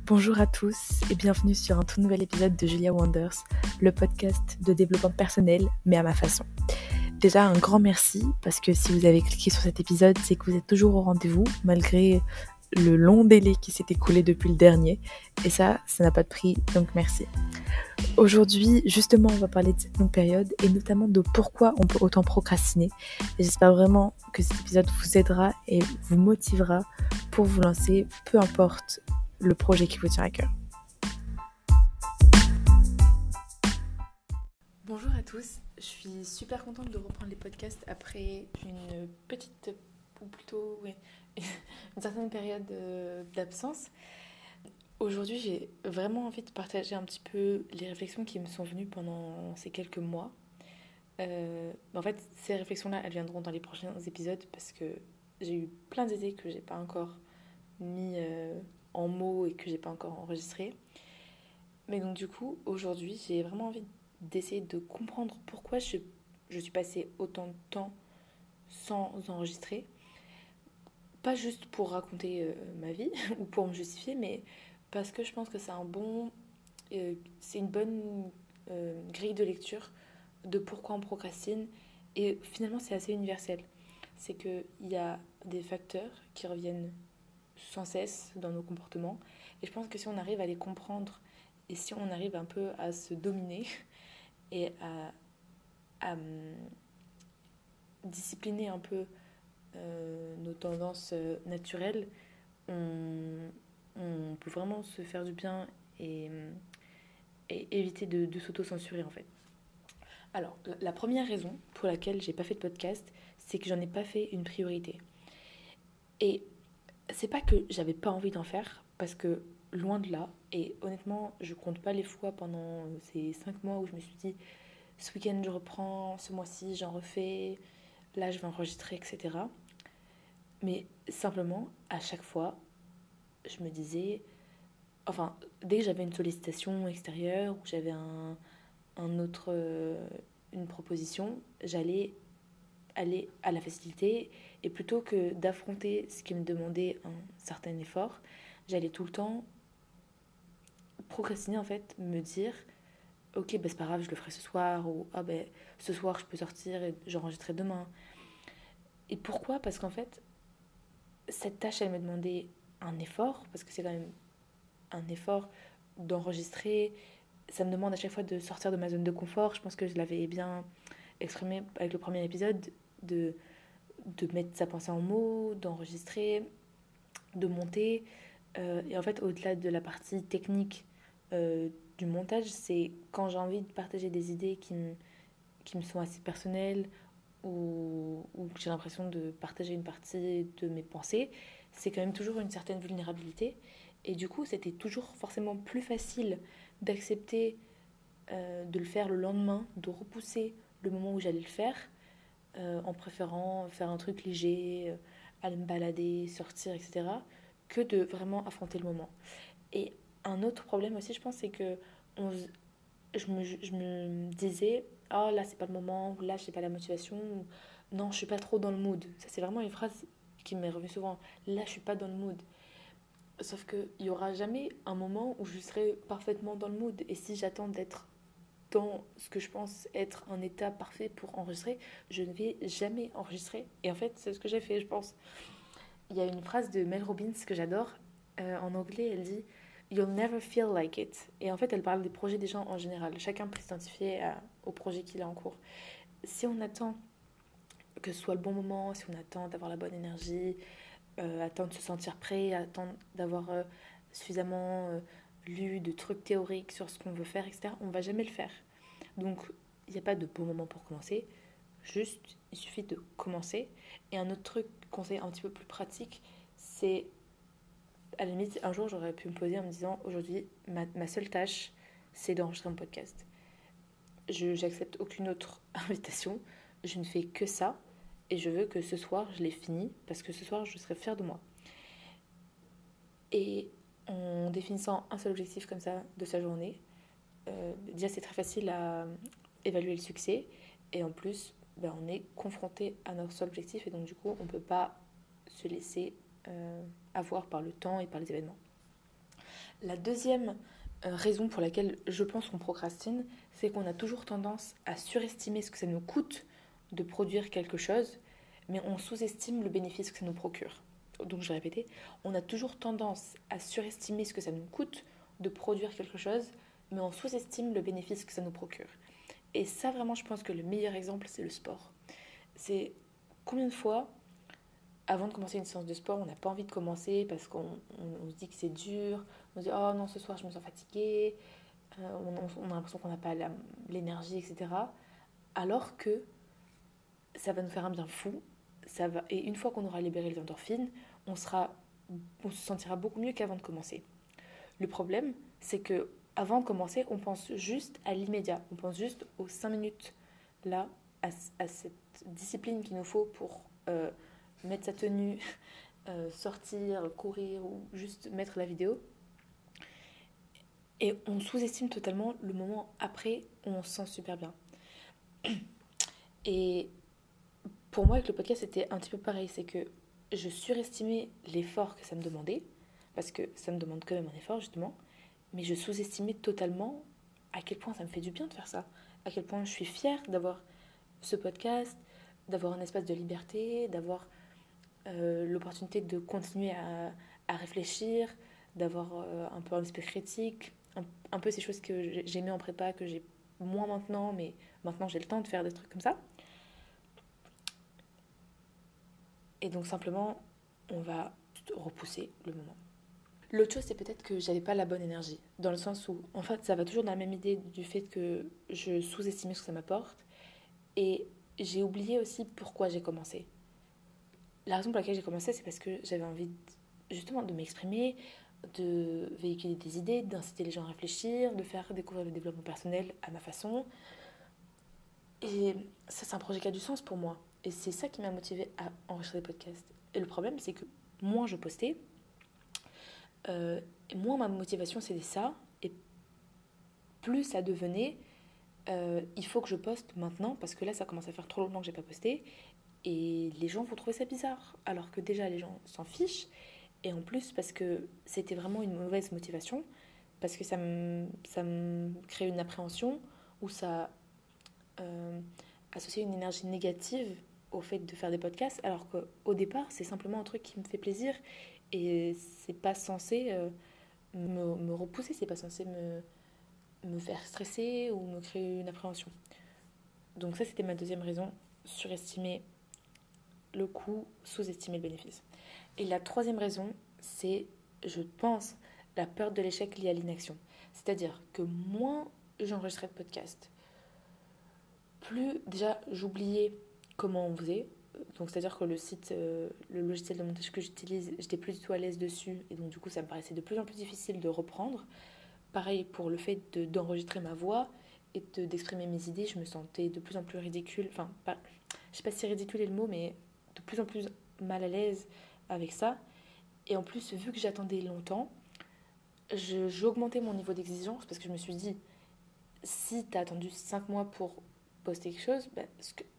Bonjour à tous et bienvenue sur un tout nouvel épisode de Julia Wonders, le podcast de développement personnel, mais à ma façon. Déjà un grand merci parce que si vous avez cliqué sur cet épisode, c'est que vous êtes toujours au rendez-vous malgré le long délai qui s'est écoulé depuis le dernier. Et ça n'a pas de prix, donc merci. Aujourd'hui, justement, on va parler de cette longue période et notamment de pourquoi on peut autant procrastiner. Et j'espère vraiment que cet épisode vous aidera et vous motivera pour vous lancer, peu importe le projet qui vous tient à cœur. Bonjour à tous, je suis super contente de reprendre les podcasts après une petite, ou plutôt une certaine période d'absence. Aujourd'hui, j'ai vraiment envie de partager un petit peu les réflexions qui me sont venues pendant ces quelques mois. En fait, ces réflexions-là, elles viendront dans les prochains épisodes parce que j'ai eu plein d'idées que j'ai pas encore mis en mots et que j'ai pas encore enregistrées. Mais donc du coup, aujourd'hui, j'ai vraiment envie d'essayer de comprendre pourquoi je suis passée autant de temps sans enregistrer. Pas juste pour raconter ma vie ou pour me justifier, mais parce que je pense que c'est une bonne grille de lecture de pourquoi on procrastine. Et finalement, c'est assez universel. C'est qu'il y a des facteurs qui reviennent sans cesse dans nos comportements. Et je pense que si on arrive à les comprendre et si on arrive un peu à se dominer et à discipliner un peu nos tendances naturelles, on peut vraiment se faire du bien et éviter de s'auto-censurer en fait. Alors, la première raison pour laquelle j'ai pas fait de podcast, c'est que j'en ai pas fait une priorité. Et c'est pas que j'avais pas envie d'en faire, parce que loin de là, et honnêtement, je compte pas les fois pendant ces 5 mois où je me suis dit ce week-end je reprends, ce mois-ci j'en refais, là je vais enregistrer, etc. Mais simplement, à chaque fois, je me disais, enfin, dès que j'avais une sollicitation extérieure ou j'avais une proposition, j'allais aller à la facilité et plutôt que d'affronter ce qui me demandait un certain effort, j'allais tout le temps procrastiner en fait, me dire ok bah c'est pas grave je le ferai ce soir ou ah ben ce soir je peux sortir et j'enregistrerai demain. Et pourquoi? Parce qu'en fait cette tâche elle me demandait un effort parce que c'est quand même un effort d'enregistrer, ça me demande à chaque fois de sortir de ma zone de confort. Je pense que je l'avais bien exprimé avec le premier épisode de mettre sa pensée en mots, d'enregistrer, de monter. Et en fait, au-delà de la partie technique du montage, c'est quand j'ai envie de partager des idées qui me sont assez personnelles ou que j'ai l'impression de partager une partie de mes pensées, c'est quand même toujours une certaine vulnérabilité. Et du coup, c'était toujours forcément plus facile d'accepter de le faire le lendemain, de repousser le moment où j'allais le faire, en préférant faire un truc léger, aller me balader, sortir, etc., que de vraiment affronter le moment. Et un autre problème aussi, je pense, c'est que je me disais, oh là, c'est pas le moment, ou là, j'ai pas la motivation, ou non, je suis pas trop dans le mood. Ça, c'est vraiment une phrase qui m'est revenue souvent. Là, je suis pas dans le mood. Sauf qu'il y aura jamais un moment où je serai parfaitement dans le mood. Et si j'attends d'être dans ce que je pense être un état parfait pour enregistrer, je ne vais jamais enregistrer. Et en fait, c'est ce que j'ai fait, je pense. Il y a une phrase de Mel Robbins que j'adore. En anglais, elle dit You'll never feel like it. Et en fait, elle parle des projets des gens en général. Chacun peut s'identifier au projet qu'il a en cours. Si on attend que ce soit le bon moment, si on attend d'avoir la bonne énergie, attend de se sentir prêt, attend d'avoir suffisamment lu de trucs théoriques sur ce qu'on veut faire, etc., on ne va jamais le faire. Donc, il n'y a pas de bon moment pour commencer. Juste, il suffit de commencer. Et un autre truc, conseil un petit peu plus pratique, c'est, à la limite, un jour, j'aurais pu me poser en me disant, aujourd'hui, ma seule tâche, c'est d'enregistrer mon podcast. J'accepte aucune autre invitation. Je ne fais que ça. Et je veux que ce soir, je l'ai fini, parce que ce soir, je serai fière de moi. Et en définissant un seul objectif comme ça de sa journée, déjà, c'est très facile à évaluer le succès. Et en plus, on est confronté à notre seul objectif. Et donc, du coup, on ne peut pas se laisser avoir par le temps et par les événements. La deuxième raison pour laquelle je pense qu'on procrastine, c'est qu'on a toujours tendance à surestimer ce que ça nous coûte de produire quelque chose, mais on sous-estime le bénéfice que ça nous procure. Donc je vais répéter, on a toujours tendance à surestimer ce que ça nous coûte de produire quelque chose, mais on sous-estime le bénéfice que ça nous procure. Et ça, vraiment, je pense que le meilleur exemple, c'est le sport. C'est combien de fois, avant de commencer une séance de sport, on n'a pas envie de commencer parce qu'on se dit que c'est dur, on se dit oh non, ce soir je me sens fatiguée, on a l'impression qu'on n'a pas l'énergie, etc. Alors que ça va nous faire un bien fou, et une fois qu'on aura libéré les endorphines, on se sentira beaucoup mieux qu'avant de commencer. Le problème, c'est que avant de commencer, on pense juste à l'immédiat, on pense juste aux 5 minutes là, à cette discipline qu'il nous faut pour mettre sa tenue, sortir, courir ou juste mettre la vidéo. Et on sous-estime totalement le moment après où on se sent super bien. Et pour moi, avec le podcast, c'était un petit peu pareil. C'est que je surestimais l'effort que ça me demandait, parce que ça me demande quand même un effort, justement, mais je sous-estimais totalement à quel point ça me fait du bien de faire ça, à quel point je suis fière d'avoir ce podcast, d'avoir un espace de liberté, d'avoir l'opportunité de continuer à réfléchir, d'avoir un peu un esprit critique, un peu ces choses que j'aimais en prépa, que j'ai moins maintenant, mais maintenant j'ai le temps de faire des trucs comme ça. Et donc simplement, on va repousser le moment. L'autre chose, c'est peut-être que j'avais pas la bonne énergie, dans le sens où, en fait, ça va toujours dans la même idée du fait que je sous-estimais ce que ça m'apporte, et j'ai oublié aussi pourquoi j'ai commencé. La raison pour laquelle j'ai commencé, c'est parce que j'avais envie justement de m'exprimer, de véhiculer des idées, d'inciter les gens à réfléchir, de faire découvrir le développement personnel à ma façon. Et ça, c'est un projet qui a du sens pour moi. Et c'est ça qui m'a motivée à enregistrer des podcasts. Et le problème, c'est que moins je postais, moins ma motivation c'était ça, et plus ça devenait il faut que je poste maintenant, parce que là, ça commence à faire trop longtemps que j'ai pas posté, et les gens vont trouver ça bizarre, alors que déjà les gens s'en fichent, et en plus parce que c'était vraiment une mauvaise motivation, parce que ça me crée une appréhension, ou ça associe une énergie négative au fait de faire des podcasts, alors qu'au départ c'est simplement un truc qui me fait plaisir, et c'est pas censé me repousser, c'est pas censé me faire stresser ou me créer une appréhension. Donc ça, c'était ma deuxième raison, surestimer le coût, sous-estimer le bénéfice. Et la troisième raison, c'est, je pense, la peur de l'échec liée à l'inaction. C'est-à-dire que moins j'enregistrais de podcasts, plus déjà j'oubliais comment on faisait. Donc c'est-à-dire que le site, le logiciel de montage que j'utilise, j'étais plus du tout à l'aise dessus, et donc du coup ça me paraissait de plus en plus difficile de reprendre. Pareil pour le fait d'enregistrer ma voix et d'exprimer mes idées, je me sentais de plus en plus ridicule. Enfin, pas, je sais pas si ridicule est le mot, mais de plus en plus mal à l'aise avec ça. Et en plus, vu que j'attendais longtemps, j'augmentais mon niveau d'exigence, parce que je me suis dit, si tu as attendu 5 mois pour poster quelque chose, bah,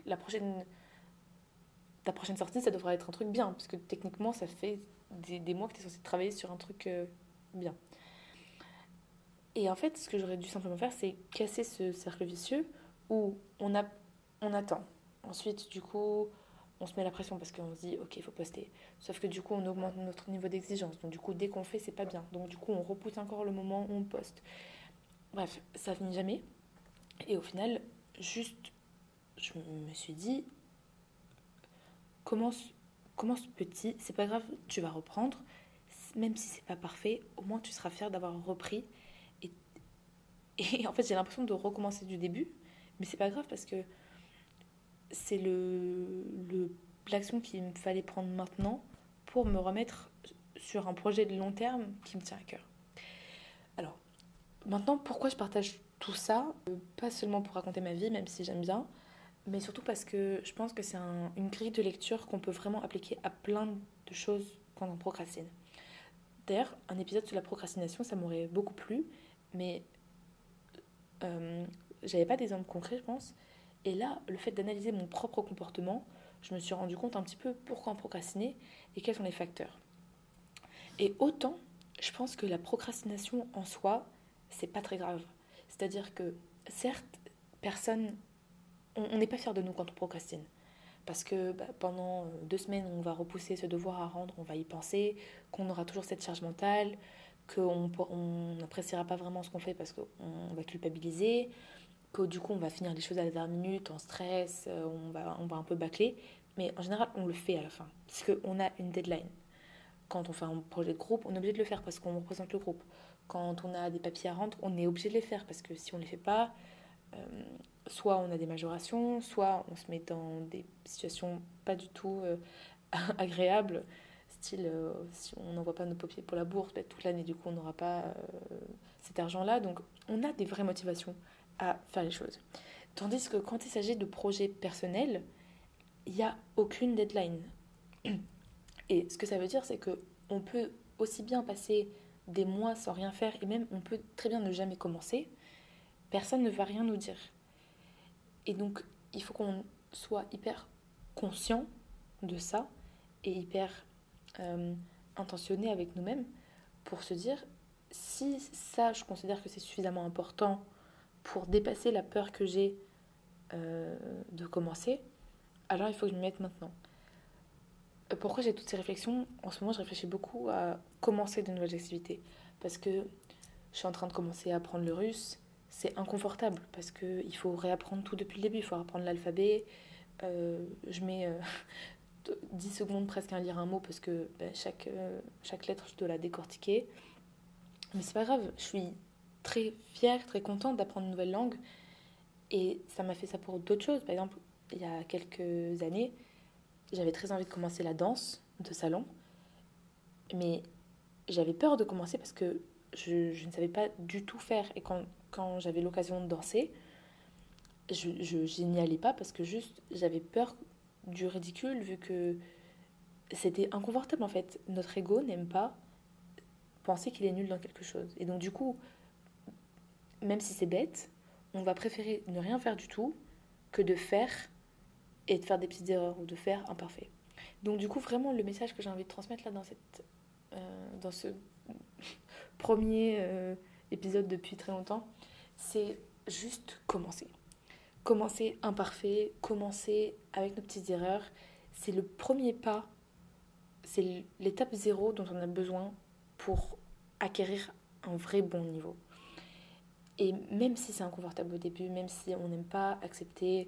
ta prochaine sortie, ça devrait être un truc bien, parce que techniquement, ça fait des mois que tu es censé travailler sur un truc bien. Et en fait, ce que j'aurais dû simplement faire, c'est casser ce cercle vicieux où on attend. Ensuite, du coup, on se met la pression parce qu'on se dit, ok, il faut poster. Sauf que du coup, on augmente notre niveau d'exigence. Donc du coup, dès qu'on fait, c'est pas bien. Donc du coup, on repousse encore le moment où on poste. Bref, ça finit jamais. Et au final, juste, je me suis dit, commence, commence petit, c'est pas grave, tu vas reprendre. Même si c'est pas parfait, au moins tu seras fier d'avoir repris. Et, et en fait, j'ai l'impression de recommencer du début. Mais c'est pas grave parce que c'est l'action qu'il me fallait prendre maintenant pour me remettre sur un projet de long terme qui me tient à cœur. Alors, maintenant, pourquoi je partage tout ça? Pas seulement pour raconter ma vie, même si j'aime bien, mais surtout parce que je pense que c'est une grille de lecture qu'on peut vraiment appliquer à plein de choses quand on procrastine. D'ailleurs, un épisode sur la procrastination, ça m'aurait beaucoup plu, mais j'avais pas d'exemple concret, je pense. Et là, le fait d'analyser mon propre comportement, je me suis rendu compte un petit peu pourquoi on procrastinait et quels sont les facteurs. Et autant je pense que la procrastination en soi, c'est pas très grave. C'est-à-dire que, certes, on n'est pas fier de nous quand on procrastine. Parce que pendant 2 semaines, on va repousser ce devoir à rendre, on va y penser, qu'on aura toujours cette charge mentale, qu'on n'appréciera pas vraiment ce qu'on fait parce qu'on va culpabiliser, que du coup on va finir les choses à la dernière minute, en stress, on va un peu bâcler. Mais en général, on le fait à la fin, parce qu'on a une deadline. Quand on fait un projet de groupe, on est obligé de le faire parce qu'on représente le groupe. Quand on a des papiers à rendre, on est obligé de les faire parce que si on ne les fait pas, euh, soit on a des majorations, soit on se met dans des situations pas du tout agréables, style si on n'envoie pas nos papiers pour la bourse, toute l'année du coup on n'aura pas cet argent-là. Donc on a des vraies motivations à faire les choses. Tandis que quand il s'agit de projets personnels, il n'y a aucune deadline. Et ce que ça veut dire, c'est qu'on peut aussi bien passer des mois sans rien faire, et même on peut très bien ne jamais commencer, personne ne va rien nous dire. Et donc, il faut qu'on soit hyper conscient de ça et hyper intentionné avec nous-mêmes pour se dire, si ça, je considère que c'est suffisamment important pour dépasser la peur que j'ai de commencer, alors il faut que je m'y mette maintenant. Pourquoi j'ai toutes ces réflexions? En ce moment, je réfléchis beaucoup à commencer de nouvelles activités. Parce que je suis en train de commencer à apprendre le russe. C'est inconfortable parce qu'il faut réapprendre tout depuis le début. Il faut apprendre l'alphabet. Je mets 10 secondes presque à lire un mot parce que chaque lettre, je dois la décortiquer. Mais c'est pas grave. Je suis très fière, très contente d'apprendre une nouvelle langue. Et ça m'a fait ça pour d'autres choses. Par exemple, il y a quelques années, j'avais très envie de commencer la danse de salon, mais j'avais peur de commencer parce que je ne savais pas du tout faire. Et quand j'avais l'occasion de danser, je n'y allais pas parce que juste j'avais peur du ridicule vu que c'était inconfortable en fait. Notre ego n'aime pas penser qu'il est nul dans quelque chose. Et donc du coup, même si c'est bête, on va préférer ne rien faire du tout que de faire et de faire des petites erreurs ou de faire imparfait. Donc du coup, vraiment, le message que j'ai envie de transmettre là dans ce premier épisode depuis très longtemps, c'est juste commencer. Commencer imparfait, commencer avec nos petites erreurs. C'est le premier pas, c'est l'étape zéro dont on a besoin pour acquérir un vrai bon niveau. Et même si c'est inconfortable au début, même si on n'aime pas accepter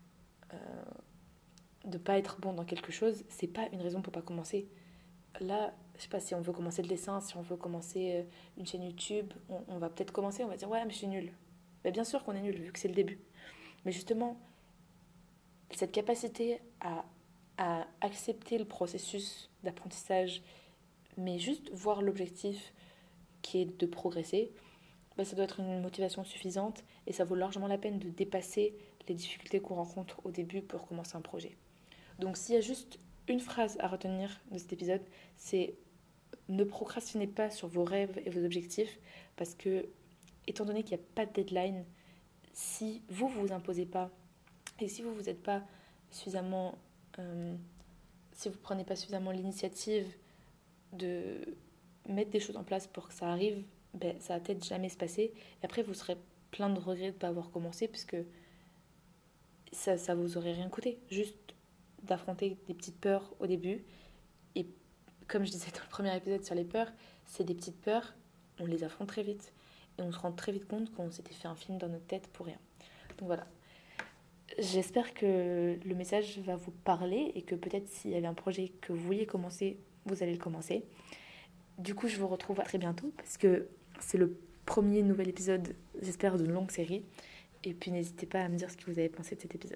de pas être bon dans quelque chose, c'est pas une raison pour pas commencer. Là, je sais pas, si on veut commencer le dessin, si on veut commencer une chaîne YouTube, on va peut-être commencer, on va dire ouais mais je suis nulle. Mais bien sûr qu'on est nul vu que c'est le début. Mais justement, cette capacité à accepter le processus d'apprentissage, mais juste voir l'objectif qui est de progresser, ça doit être une motivation suffisante et ça vaut largement la peine de dépasser les difficultés qu'on rencontre au début pour commencer un projet. Donc s'il y a juste une phrase à retenir de cet épisode, c'est ne procrastinez pas sur vos rêves et vos objectifs parce que, étant donné qu'il n'y a pas de deadline, si vous ne vous imposez pas et si vous n'êtes pas suffisamment, si vous ne prenez pas suffisamment l'initiative de mettre des choses en place pour que ça arrive, ça va peut-être jamais se passer. Et après, vous serez plein de regrets de ne pas avoir commencé puisque ça vous aurait rien coûté. Juste d'affronter des petites peurs au début. Et comme je disais dans le premier épisode sur les peurs, c'est des petites peurs, on les affronte très vite. Et on se rend très vite compte qu'on s'était fait un film dans notre tête pour rien. Donc voilà. J'espère que le message va vous parler et que peut-être s'il y avait un projet que vous vouliez commencer, vous allez le commencer. Du coup, je vous retrouve à très bientôt parce que c'est le premier nouvel épisode, j'espère, d'une longue série. Et puis n'hésitez pas à me dire ce que vous avez pensé de cet épisode.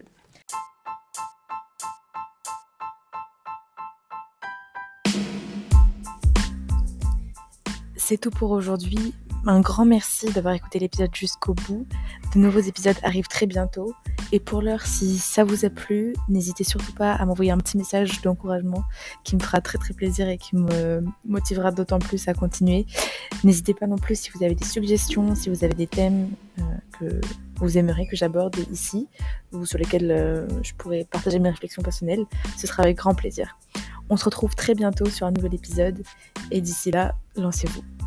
C'est tout pour aujourd'hui. Un grand merci d'avoir écouté l'épisode jusqu'au bout. De nouveaux épisodes arrivent très bientôt. Et pour l'heure, si ça vous a plu, n'hésitez surtout pas à m'envoyer un petit message d'encouragement qui me fera très très plaisir et qui me motivera d'autant plus à continuer. N'hésitez pas non plus si vous avez des suggestions, si vous avez des thèmes que vous aimeriez que j'aborde ici ou sur lesquels je pourrais partager mes réflexions personnelles. Ce sera avec grand plaisir. On se retrouve très bientôt sur un nouvel épisode et d'ici là, lancez-vous.